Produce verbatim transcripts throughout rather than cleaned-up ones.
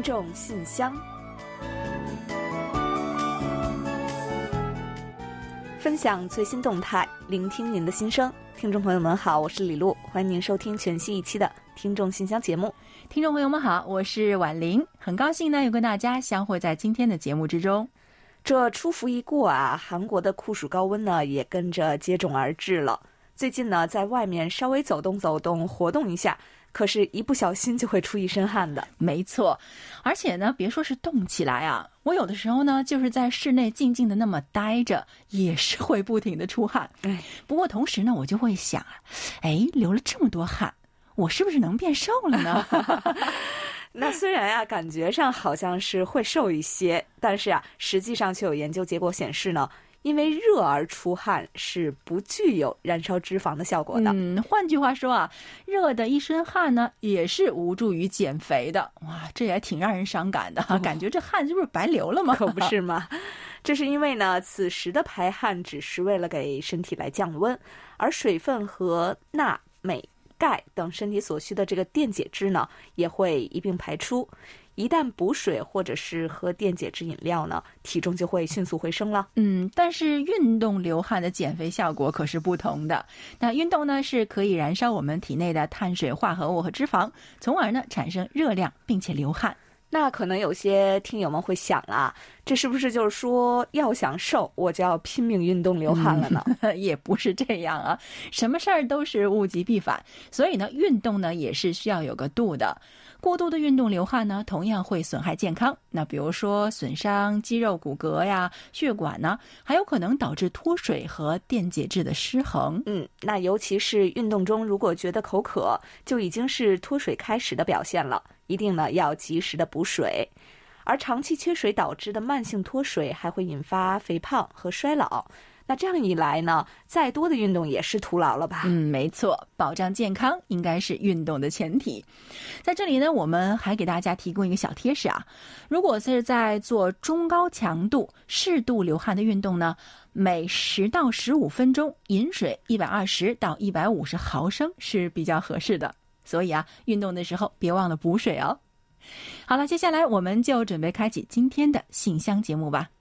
众信箱，分享最新动态，聆听您的心声。听众朋友们好，我是李璐，欢迎您收听全新一期的听众信箱节目。 听众朋友们好，我是婉玲，很高兴呢有跟大家相会在今天的节目之中。 这初伏一过啊，韩国的酷暑高温呢也跟着接踵而至了。最近呢，在外面稍微走动走动活动一下，可是一不小心就会出一身汗的。 没错，而且呢别说是动起来啊，我有的时候呢就是在室内静静的那么待着，也是会不停的出汗。不过同时呢我就会想啊，哎，流了这么多汗，我是不是能变瘦了呢？ 那虽然啊感觉上好像是会瘦一些，但是啊实际上却有研究结果显示呢，因为热而出汗是不具有燃烧脂肪的效果的。 嗯，换句话说啊，热的一身汗呢也是无助于减肥的。哇，这也挺让人伤感的，哦、感觉这汗是不是白流了吗？ 可不是吗？这是因为呢，此时的排汗只是为了给身体来降温，而水分和钠、镁、钙等身体所需的这个电解质呢，也会一并排出。一旦补水或者是喝电解质饮料呢，体重就会迅速回升了。 嗯，但是运动流汗的减肥效果可是不同的。那运动呢是可以燃烧我们体内的碳水化合物和脂肪，从而呢产生热量，并且流汗。 那可能有些听友们会想啊，这是不是就是说要想瘦我就要拼命运动流汗了呢？ 嗯、也不是这样啊，什么事儿都是物极必反，所以呢运动呢也是需要有个度的。过度的运动流汗呢同样会损害健康，那比如说损伤肌肉骨骼呀、血管呢，还有可能导致脱水和电解质的失衡。 嗯，那尤其是运动中如果觉得口渴，就已经是脱水开始的表现了，一定呢要及时的补水。而长期缺水导致的慢性脱水还会引发肥胖和衰老，那这样一来呢，再多的运动也是徒劳了吧？ 嗯，没错，保障健康应该是运动的前提。在这里呢，我们还给大家提供一个小贴士啊，如果是在做中高强度适度流汗的运动呢，每十到十五分钟饮水一百二十到一百五十毫升是比较合适的。所以啊，运动的时候别忘了补水哦。好了，接下来我们就准备开启今天的信箱节目吧。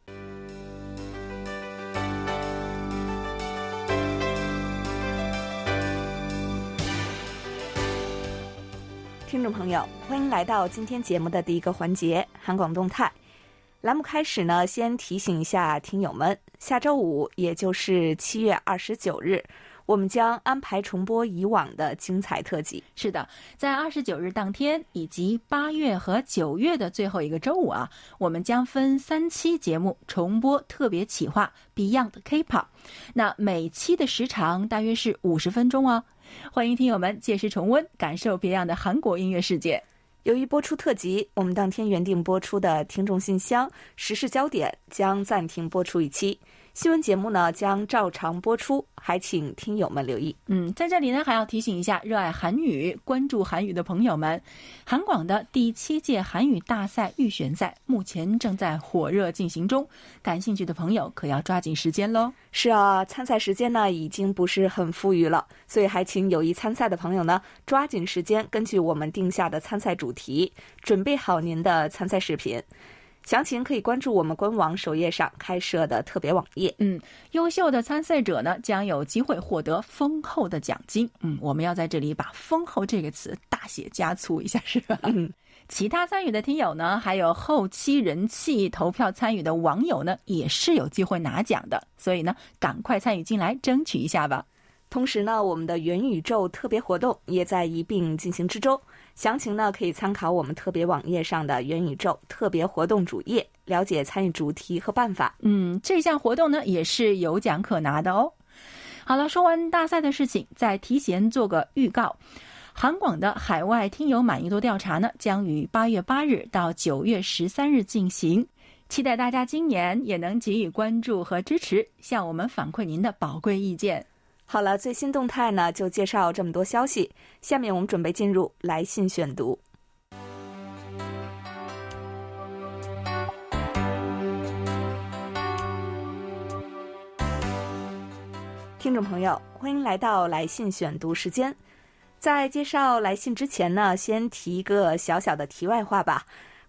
听众朋友，欢迎来到今天节目的第一个环节韩广动态。栏目开始呢，先提醒一下听友们，下周五也就是七月二十九日，我们将安排重播以往的精彩特辑。 是的，在二十九日当天以及八月和九月的最后一个周五啊，我们将分三期节目重播特别企划 Beyond K-pop。那每期的时长大约是五十分钟哦。欢迎听友们届时重温，感受别样的韩国音乐世界。 由于播出特辑，我们当天原定播出的听众信箱时事焦点将暂停播出一期，新闻节目呢将照常播出，还请听友们留意。 嗯，在这里呢还要提醒一下热爱韩语、关注韩语的朋友们，韩广的第七届韩语大赛预选赛目前正在火热进行中，感兴趣的朋友可要抓紧时间喽。 是啊，参赛时间呢已经不是很富裕了，所以还请有意参赛的朋友呢抓紧时间，根据我们定下的参赛主题，准备好您的参赛视频。详情可以关注我们官网首页上开设的特别网页。 嗯，优秀的参赛者呢将有机会获得丰厚的奖金。嗯，我们要在这里把丰厚这个词大写加粗一下，是吧？ 嗯， 其他参与的听友呢，还有后期人气投票参与的网友呢，也是有机会拿奖的。所以呢，赶快参与进来，争取一下吧。 同时呢，我们的元宇宙特别活动也在一并进行之中。详情呢，可以参考我们特别网页上的元宇宙特别活动主页，了解参与主题和办法。 嗯，这项活动呢，也是有奖可拿的哦。好了，说完大赛的事情，再提前做个预告。韩广的海外听友满意度调查呢，将于八月八日到九月十三日进行。期待大家今年也能给予关注和支持，向我们反馈您的宝贵意见。 好了，最新动态呢就介绍这么多消息，下面我们准备进入来信选读。听众朋友，欢迎来到来信选读时间。在介绍来信之前呢，先提一个小小的题外话吧。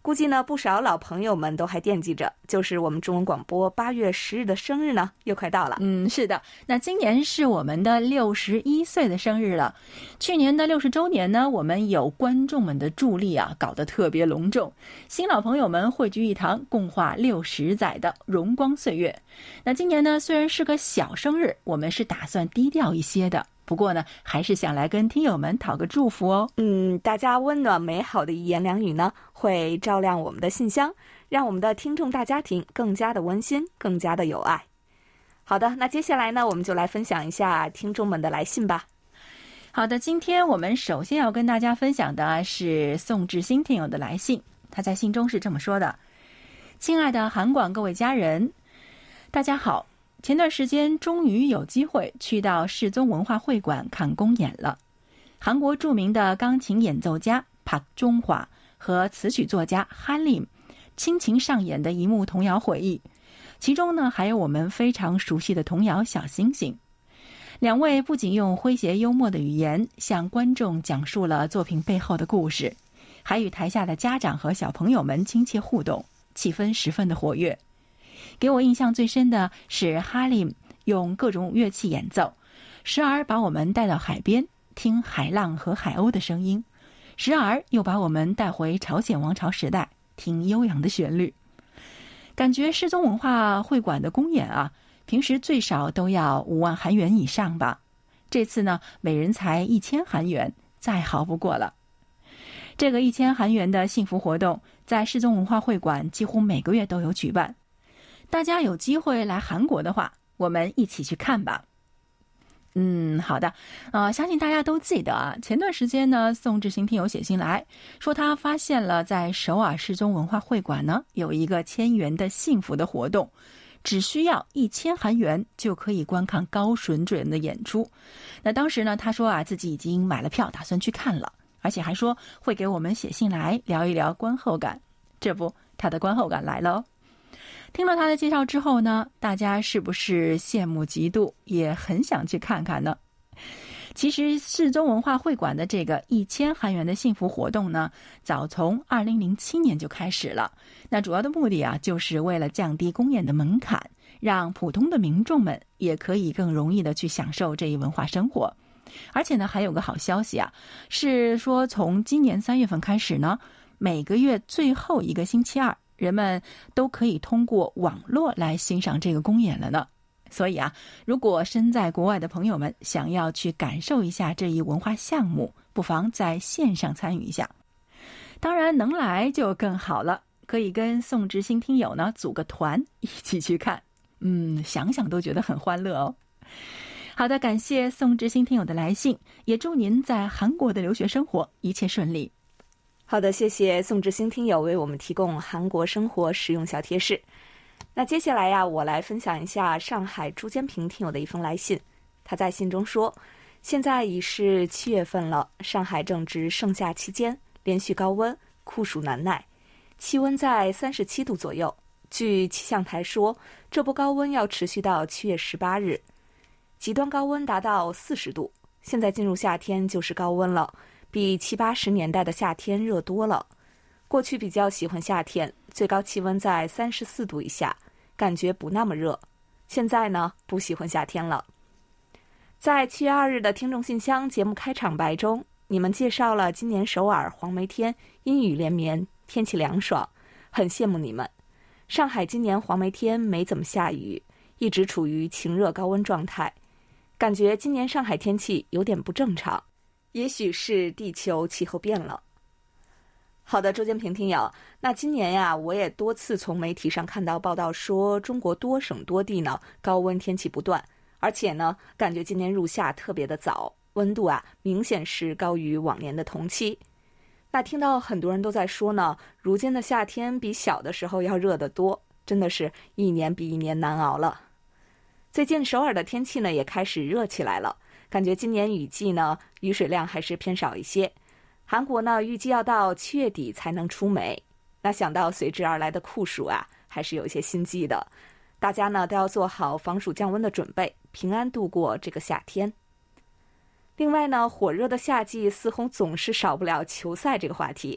估计呢不少老朋友们都还惦记着，就是我们中文广播八月十日的生日呢又快到了。 嗯，是的，那今年是我们的六十一岁的生日了。去年的六十周年呢，我们有观众们的助力啊，搞得特别隆重，新老朋友们汇聚一堂，共话六十载的荣光岁月。那今年呢，虽然是个小生日，我们是打算低调一些的。不过呢，还是想来跟听友们讨个祝福哦。 嗯，大家温暖美好的一言两语呢，会照亮我们的信箱，让我们的听众大家庭更加的温馨，更加的有爱。好的，那接下来呢，我们就来分享一下听众们的来信吧。 好的，今天我们首先要跟大家分享的是宋志新听友的来信，他在信中是这么说的：亲爱的韩广各位家人，大家好。前段时间终于有机会去到世宗文化会馆看公演了。韩国著名的钢琴演奏家朴钟华和词曲作家哈林倾情上演的一幕童谣回忆，其中呢还有我们非常熟悉的童谣小星星。两位不仅用诙谐幽默的语言向观众讲述了作品背后的故事，还与台下的家长和小朋友们亲切互动，气氛十分的活跃。给我印象最深的是哈林用各种乐器演奏，时而把我们带到海边听海浪和海鸥的声音，时而又把我们带回朝鲜王朝时代听悠扬的旋律。感觉世宗文化会馆的公演啊，平时最少都要五万韩元以上吧，这次呢每人才一千韩元，再好不过了。这个一千韩元的幸福活动在世宗文化会馆几乎每个月都有举办，大家有机会来韩国的话，我们一起去看吧。嗯，好的，呃，相信大家都记得啊，前段时间呢，宋志新听友写信来说，他发现了在首尔世宗文化会馆呢有一个千元的幸福的活动，只需要一千韩元就可以观看高水准的演出。那当时呢，他说啊，自己已经买了票，打算去看了，而且还说会给我们写信来聊一聊观后感。这不，他的观后感来了哦。听了他的介绍之后呢，大家是不是羡慕嫉妒，也很想去看看呢？其实世宗文化会馆的这个一千韩元的幸福活动呢，早从二零零七年就开始了。那主要的目的啊，就是为了降低公演的门槛，让普通的民众们也可以更容易的去享受这一文化生活。而且呢，还有个好消息啊，是说从今年三月份开始呢，每个月最后一个星期二，人们都可以通过网络来欣赏这个公演了呢。所以啊，如果身在国外的朋友们想要去感受一下这一文化项目，不妨在线上参与一下。当然能来就更好了，可以跟宋志新听友呢组个团一起去看。嗯，想想都觉得很欢乐哦。好的，感谢宋志新听友的来信，也祝您在韩国的留学生活一切顺利。 好的，谢谢宋志新听友为我们提供韩国生活实用小贴士。那接下来呀，我来分享一下上海朱坚平听友的一封来信。他在信中说，现在已是七月份了，上海正值盛夏期间，连续高温，酷暑难耐，气温在三十七度左右。据气象台说，这波高温要持续到七月十八日，极端高温达到四十度。现在进入夏天就是高温了，比七八十年代的夏天热多了。过去比较喜欢夏天，最高气温在三十四度以下，感觉不那么热。现在呢，不喜欢夏天了。在七月二日的听众信箱节目开场白中，你们介绍了今年首尔黄梅天阴雨连绵，天气凉爽，很羡慕你们。上海今年黄梅天没怎么下雨，一直处于晴热高温状态，感觉今年上海天气有点不正常，也许是地球气候变了。好的，周建平听友，那今年呀，我也多次从媒体上看到报道说，中国多省多地呢高温天气不断，而且呢，感觉今年入夏特别的早，温度啊明显是高于往年的同期。那听到很多人都在说呢，如今的夏天比小的时候要热得多，真的是一年比一年难熬了。最近首尔的天气呢也开始热起来了，感觉今年雨季呢雨水量还是偏少一些。韩国呢预计要到七月底才能出梅，那想到随之而来的酷暑啊，还是有一些心悸的。大家呢都要做好防暑降温的准备，平安度过这个夏天。另外呢，火热的夏季似乎总是少不了球赛这个话题。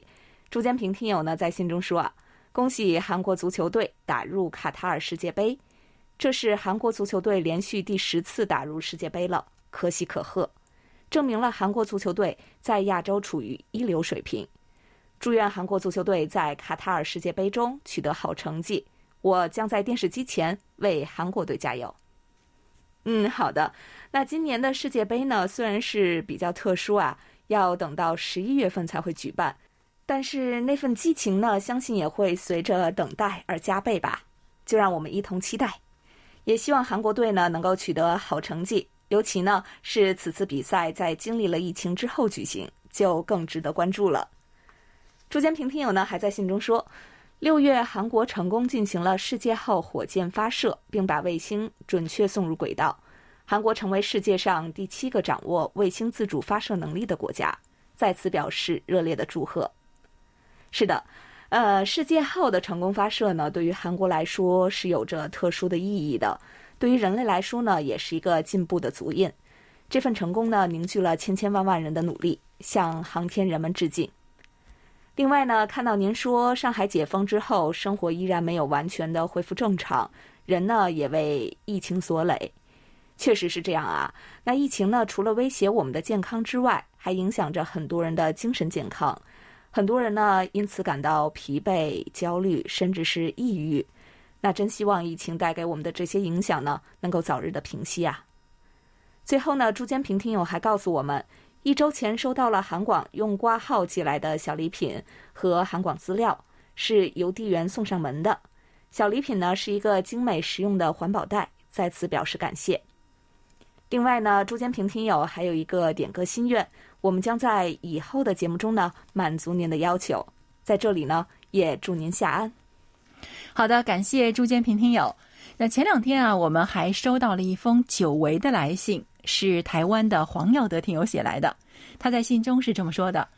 朱坚平听友呢在信中说啊，恭喜韩国足球队打入卡塔尔世界杯，这是韩国足球队连续第十次打入世界杯了，可喜可贺，证明了韩国足球队在亚洲处于一流水平。祝愿韩国足球队在卡塔尔世界杯中取得好成绩，我将在电视机前为韩国队加油。嗯，好的。那今年的世界杯呢，虽然是比较特殊啊，要等到十一月份才会举办，但是那份激情呢，相信也会随着等待而加倍吧。就让我们一同期待，也希望韩国队呢能够取得好成绩。尤其呢是此次比赛在经历了疫情之后举行，就更值得关注了。朱坚平听友呢还在信中说，六月韩国成功进行了世界号火箭发射，并把卫星准确送入轨道。韩国成为世界上第七个掌握卫星自主发射能力的国家，在此表示热烈的祝贺。是的，呃，世界号的成功发射呢，对于韩国来说是有着特殊的意义的，对于人类来说呢，也是一个进步的足印。这份成功呢，凝聚了千千万万人的努力，向航天人们致敬。另外呢，看到您说上海解封之后，生活依然没有完全的恢复正常，人呢也为疫情所累。确实是这样啊。那疫情呢，除了威胁我们的健康之外，还影响着很多人的精神健康。很多人呢，因此感到疲惫、焦虑，甚至是抑郁。那真希望疫情带给我们的这些影响呢，能够早日的平息啊。最后呢，朱坚平听友还告诉我们，一周前收到了韩广用挂号寄来的小礼品和韩广资料，是邮递员送上门的。小礼品呢，是一个精美实用的环保袋，在此表示感谢。另外呢，朱坚平听友还有一个点歌心愿，我们将在以后的节目中呢满足您的要求。在这里呢，也祝您下安。 好的，感谢朱坚平听友。那前两天啊，我们还收到了一封久违的来信，是台湾的黄耀德听友写来的。他在信中是这么说的：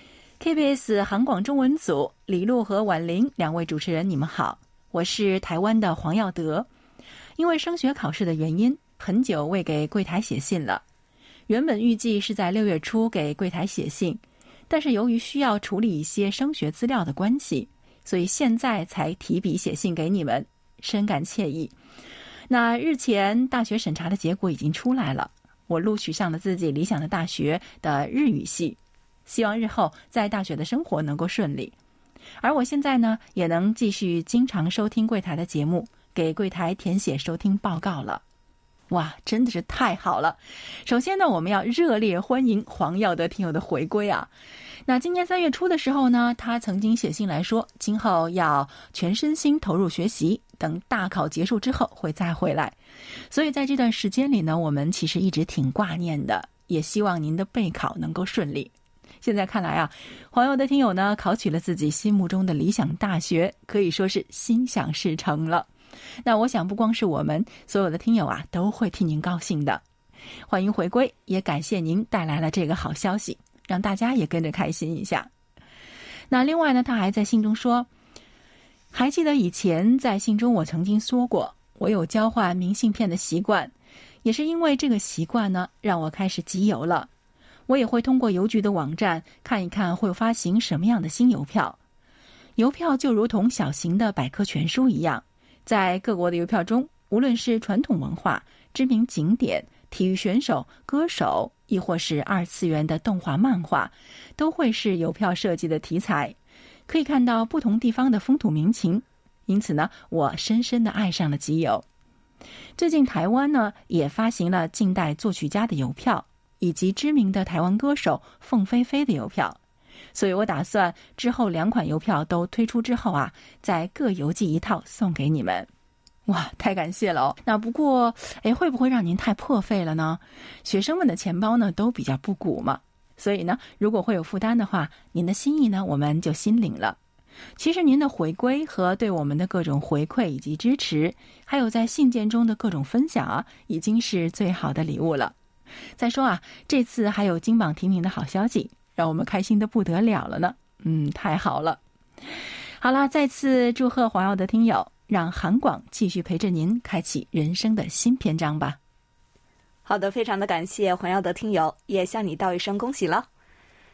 K B S 韩广中文组李璐和婉玲两位主持人，你们好，我是台湾的黄耀德。因为升学考试的原因，很久未给柜台写信了。原本预计是在六月初给柜台写信，但是由于需要处理一些升学资料的关系，所以现在才提笔写信给你们，深感歉意。那日前大学审查的结果已经出来了，我录取上了自己理想的大学的日语系，希望日后在大学的生活能够顺利。而我现在呢，也能继续经常收听柜台的节目，给柜台填写收听报告了。哇，真的是太好了！首先呢，我们要热烈欢迎黄耀德听友的回归啊。那今年三月初的时候呢，他曾经写信来说，今后要全身心投入学习，等大考结束之后会再回来。所以在这段时间里呢，我们其实一直挺挂念的，也希望您的备考能够顺利。现在看来啊，黄耀德听友呢考取了自己心目中的理想大学，可以说是心想事成了。那我想不光是我们所有的听友啊，都会替您高兴的。欢迎回归，也感谢您带来了这个好消息，让大家也跟着开心一下。那另外呢，他还在信中说，还记得以前在信中我曾经说过，我有交换明信片的习惯，也是因为这个习惯呢，让我开始集邮了。我也会通过邮局的网站看一看会发行什么样的新邮票。邮票就如同小型的百科全书一样，在各国的邮票中，无论是传统文化、知名景点、体育选手、歌手，亦或是二次元的动画漫画，都会是邮票设计的题材，可以看到不同地方的风土民情。因此呢，我深深地爱上了集邮。最近台湾呢，也发行了近代作曲家的邮票，以及知名的台湾歌手凤飞飞的邮票。所以我打算之后两款邮票都推出之后啊，再各邮寄一套送给你们。哇，太感谢了哦！那不过，哎，会不会让您太破费了呢？学生们的钱包呢都比较不鼓嘛，所以呢，如果会有负担的话，您的心意呢我们就心领了。其实您的回归和对我们的各种回馈以及支持，还有在信件中的各种分享啊，已经是最好的礼物了。再说啊，这次还有金榜题名的好消息，让我们开心的不得了了呢。嗯，太好了。好啦，再次祝贺黄耀德听友，让韩广继续陪着您开启人生的新篇章吧。 好的，非常的感谢黄耀德听友，也向你道一声恭喜了。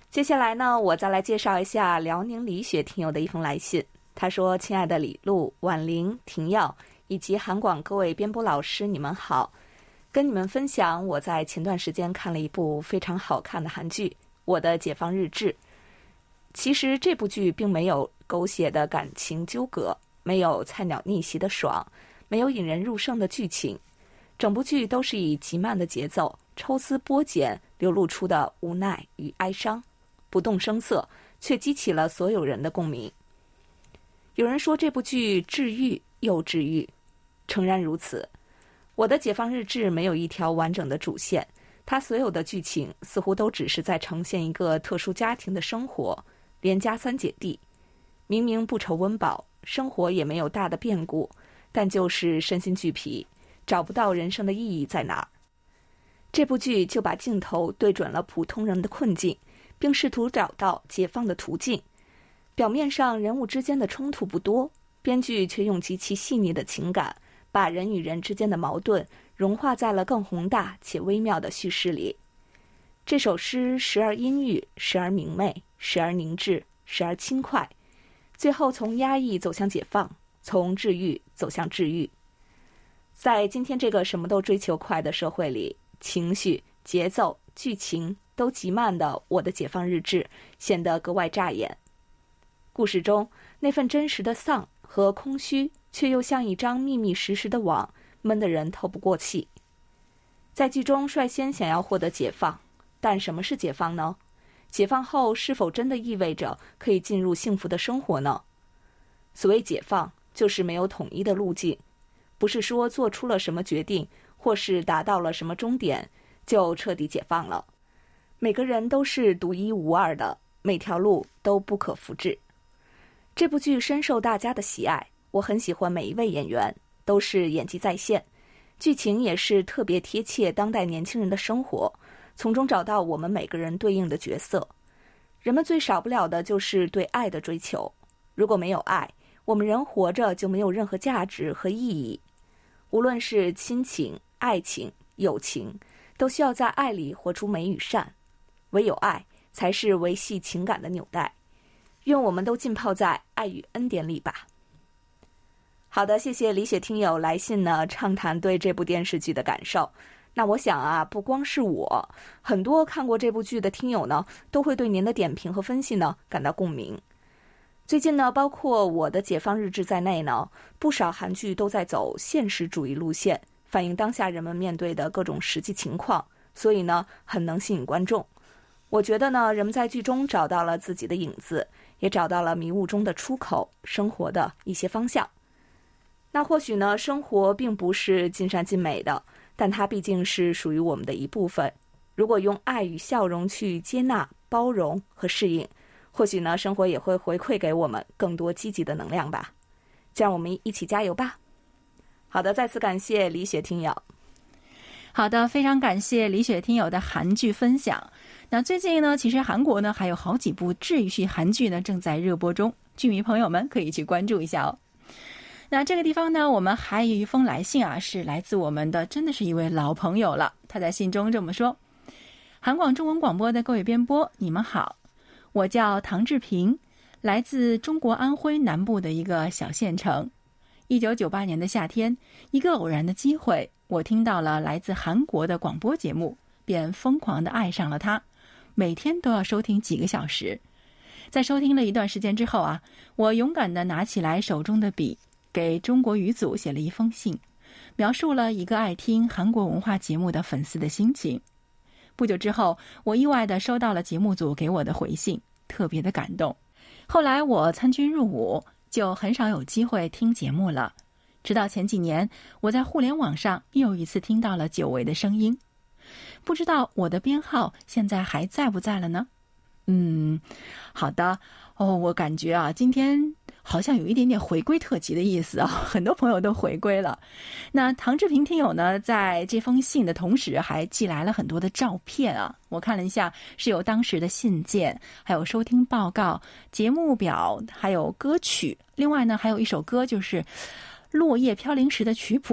接下来呢，我再来介绍一下辽宁李雪听友的一封来信。他说：亲爱的李璐、婉玲、婷耀以及韩广各位编播老师，你们好。跟你们分享，我在前段时间看了一部非常好看的韩剧《我的解放日志》。其实这部剧并没有狗血的感情纠葛，没有菜鸟逆袭的爽，没有引人入胜的剧情，整部剧都是以极慢的节奏抽丝剥茧流露出的无奈与哀伤，不动声色，却激起了所有人的共鸣。有人说这部剧治愈又治愈，诚然如此。我的解放日志没有一条完整的主线，它所有的剧情似乎都只是在呈现一个特殊家庭的生活，连家三姐弟，明明不愁温饱，生活也没有大的变故，但就是身心俱疲，找不到人生的意义在哪儿。这部剧就把镜头对准了普通人的困境，并试图找到解放的途径。表面上人物之间的冲突不多，编剧却用极其细腻的情感，把人与人之间的矛盾融化在了更宏大且微妙的叙事里。这首诗时而阴郁，时而明媚，时而凝滞，时而轻快，最后从压抑走向解放，从治愈走向治愈。在今天这个什么都追求快的社会里，情绪、节奏、剧情都极慢的我的解放日志显得格外扎眼。故事中那份真实的丧和空虚，却又像一张密密实实的网，闷得人透不过气。在剧中率先想要获得解放，但什么是解放呢？解放后是否真的意味着可以进入幸福的生活呢？所谓解放，就是没有统一的路径，不是说做出了什么决定，或是达到了什么终点，就彻底解放了。每个人都是独一无二的，每条路都不可复制。这部剧深受大家的喜爱，我很喜欢每一位演员，都是演技在线，剧情也是特别贴切当代年轻人的生活，从中找到我们每个人对应的角色。人们最少不了的就是对爱的追求，如果没有爱，我们人活着就没有任何价值和意义。无论是亲情、爱情、友情，都需要在爱里活出美与善，唯有爱才是维系情感的纽带。愿我们都浸泡在爱与恩典里吧。好的，谢谢李雪听友来信呢，畅谈对这部电视剧的感受。那我想啊，不光是我，很多看过这部剧的听友呢，都会对您的点评和分析呢感到共鸣。最近呢，包括我的解放日志在内呢，不少韩剧都在走现实主义路线，反映当下人们面对的各种实际情况，所以呢，很能吸引观众。我觉得呢，人们在剧中找到了自己的影子，也找到了迷雾中的出口，生活的一些方向。那或许呢，生活并不是尽善尽美的，但它毕竟是属于我们的一部分。如果用爱与笑容去接纳、包容和适应，或许呢，生活也会回馈给我们更多积极的能量吧。就让我们一起加油吧。好的，再次感谢李雪听友。 好的，非常感谢李雪听友的韩剧分享。那最近呢，其实韩国呢还有好几部治愈系韩剧呢正在热播中，剧迷朋友们可以去关注一下哦。那这个地方呢，我们还有一封来信啊，是来自我们的真的是一位老朋友了。他在信中这么说：韩广中文广播的各位编播，你们好，我叫唐志平，来自中国安徽南部的一个小县城。一九九八年的夏天，一个偶然的机会，我听到了来自韩国的广播节目，便疯狂地爱上了它，每天都要收听几个小时。在收听了一段时间之后啊，我勇敢地拿起来手中的笔，给中国语组写了一封信，描述了一个爱听韩国文化节目的粉丝的心情。不久之后，我意外地收到了节目组给我的回信，特别的感动。后来我参军入伍，就很少有机会听节目了。直到前几年，我在互联网上又一次听到了久违的声音。不知道我的编号现在还在不在了呢？嗯，好的。哦，我感觉啊，今天好像有一点点回归特辑的意思啊，很多朋友都回归了。那唐志平听友呢，在这封信的同时还寄来了很多的照片啊，我看了一下，是有当时的信件，还有收听报告、节目表，还有歌曲。另外呢，还有一首歌就是《落叶飘零时》的曲谱。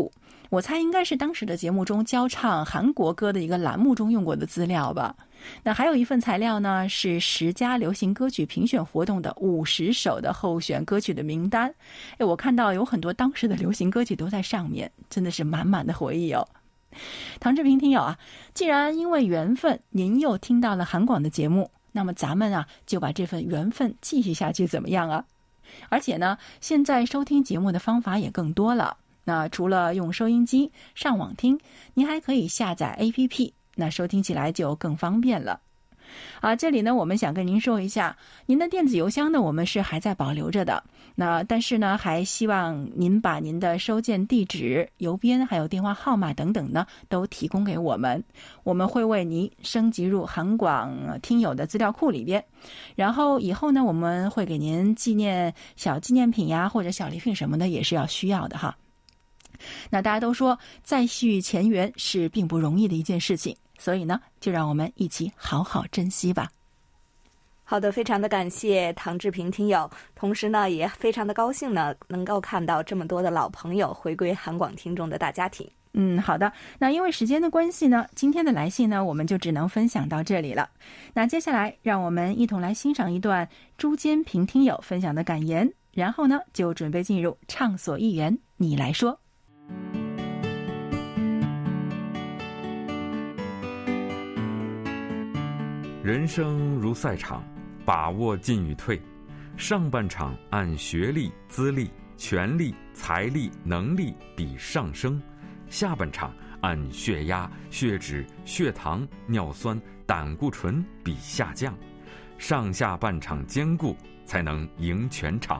我猜应该是当时的节目中教唱韩国歌的一个栏目中用过的资料吧。那还有一份材料呢，是十佳流行歌曲评选活动的五十首的候选歌曲的名单。哎，我看到有很多当时的流行歌曲都在上面，真的是满满的回忆哦。唐志平听友啊，既然因为缘分您又听到了韩广的节目，那么咱们啊就把这份缘分继续下去，怎么样啊？而且呢，现在收听节目的方法也更多了。那除了用收音机上网听，您还可以下载 A P P， 那收听起来就更方便了。啊，这里呢，我们想跟您说一下，您的电子邮箱呢，我们是还在保留着的。那但是呢，还希望您把您的收件地址、邮编还有电话号码等等呢，都提供给我们，我们会为您升级入韩广听友的资料库里边。然后以后呢，我们会给您纪念小纪念品呀，或者小礼品什么的，也是要需要的哈。那大家都说再续前缘是并不容易的一件事情，所以呢，就让我们一起好好珍惜吧。 好的，非常的感谢唐志平听友，同时呢，也非常的高兴呢，能够看到这么多的老朋友回归韩广听众的大家庭。 嗯，好的。那因为时间的关系呢，今天的来信呢，我们就只能分享到这里了。那接下来，让我们一同来欣赏一段朱坚平听友分享的感言，然后呢，就准备进入畅所欲言，你来说。 人生如赛场，把握进与退。上半场按学历、资历、权力、财力、能力比上升，下半场按血压、血脂、血糖、尿酸、胆固醇比下降。上下半场兼顾，才能赢全场。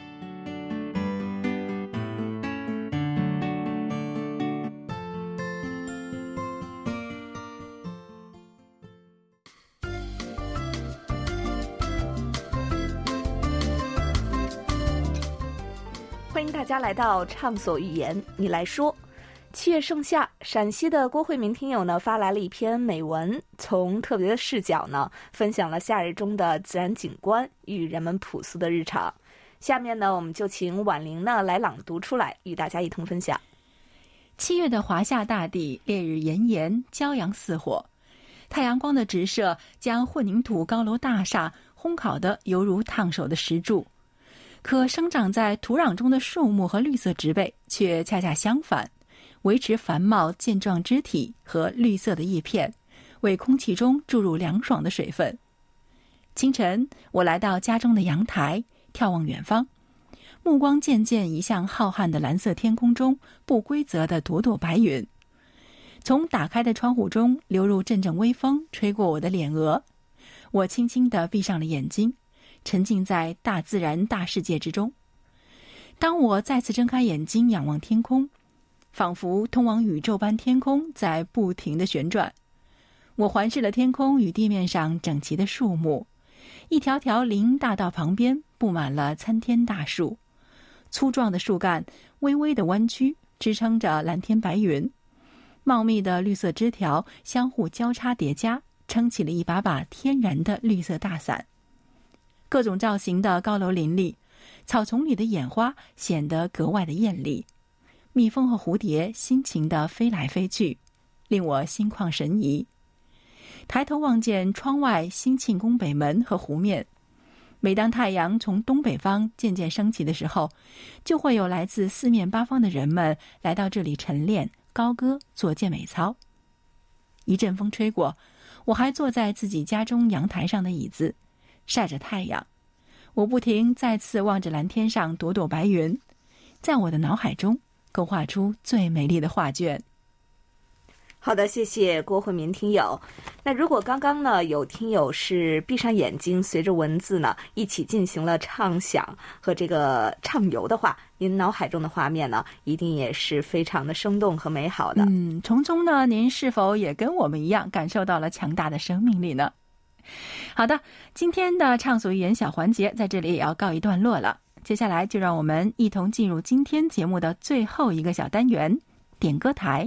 欢迎大家来到畅所欲言，你来说。七月盛夏，陕西的郭慧明听友呢发来了一篇美文，从特别的视角呢分享了夏日中的自然景观与人们朴素的日常。下面呢，我们就请婉玲呢来朗读出来，与大家一同分享。 七月的华夏大地，烈日炎炎，骄阳似火，太阳光的直射将混凝土高楼大厦烘烤得犹如烫手的石柱。可生长在土壤中的树木和绿色植被却恰恰相反，维持繁茂健壮枝体和绿色的叶片，为空气中注入凉爽的水分。清晨，我来到家中的阳台，眺望远方，目光渐渐移向浩瀚的蓝色天空中不规则的朵朵白云。从打开的窗户中流入阵阵微风，吹过我的脸额。我轻轻地闭上了眼睛，沉浸在大自然大世界之中。当我再次睁开眼睛仰望天空，仿佛通往宇宙般天空在不停地旋转。我环视了天空与地面上整齐的树木，一条条林荫大道旁边布满了参天大树，粗壮的树干微微的弯曲，支撑着蓝天白云。茂密的绿色枝条相互交叉叠加，撑起了一把把天然的绿色大伞。各种造型的高楼林立，草丛里的野花显得格外的艳丽。蜜蜂和蝴蝶辛勤地飞来飞去，令我心旷神怡。抬头望见窗外兴庆宫北门和湖面，每当太阳从东北方渐渐升起的时候，就会有来自四面八方的人们来到这里晨练、高歌、做健美操。一阵风吹过，我还坐在自己家中阳台上的椅子，晒着太阳。我不停再次望着蓝天上朵朵白云，在我的脑海中勾画出最美丽的画卷。 好的，谢谢郭慧民听友。那如果刚刚呢有听友是闭上眼睛，随着文字呢一起进行了畅想和这个畅游的话，您脑海中的画面呢一定也是非常的生动和美好的。 嗯，从中呢您是否也跟我们一样感受到了强大的生命力呢？好的，今天的畅所欲言小环节在这里也要告一段落了。接下来就让我们一同进入今天节目的最后一个小单元——点歌台。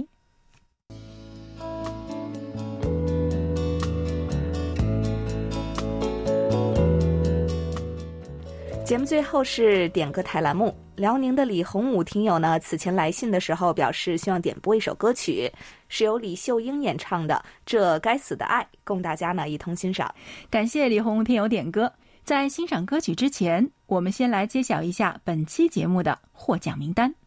节目最后是点歌台栏目，辽宁的李洪武听友呢，此前来信的时候表示希望点播一首歌曲，是由李秀英演唱的《这该死的爱》，供大家呢一同欣赏。 感谢李洪武听友点歌。在欣赏歌曲之前，我们先来揭晓一下本期节目的获奖名单。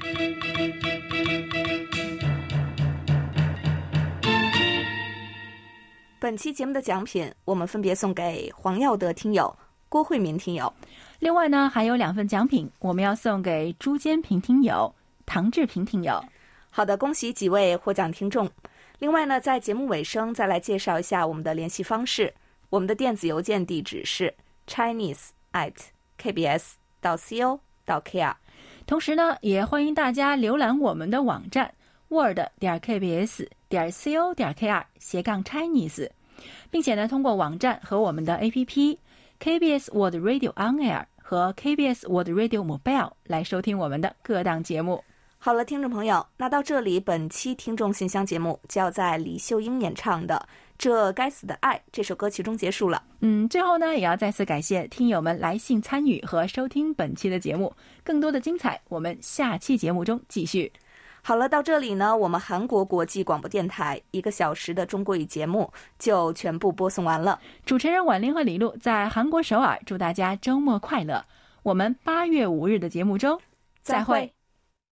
本期节目的奖品，我们分别送给黄耀德听友、郭慧民听友。 另外呢，还有两份奖品，我们要送给朱坚平听友、唐志平听友。 好的，恭喜几位获奖听众。另外呢，在节目尾声再来介绍一下我们的联系方式。我们的电子邮件地址是 chinese at k b s dot co dot k r。 同时呢，也欢迎大家浏览我们的网站 word 点 k b s 点 co 点 k r 斜杠 Chinese， 并且呢，通过网站和我们的 A P P K B S World Radio On Air 和 K B S World Radio Mobile 来收听我们的各档节目。 好了，听众朋友，那到这里，本期听众信箱节目就要在李秀英演唱的《这该死的爱》这首歌曲中结束了。 嗯，最后呢，也要再次感谢听友们来信参与和收听本期的节目。更多的精彩，我们下期节目中继续。 好了，到这里呢，我们韩国国际广播电台一个小时的中国语节目就全部播送完了。 主持人婉玲和李璐在韩国首尔，祝大家周末快乐。我们八月五日的节目中再会。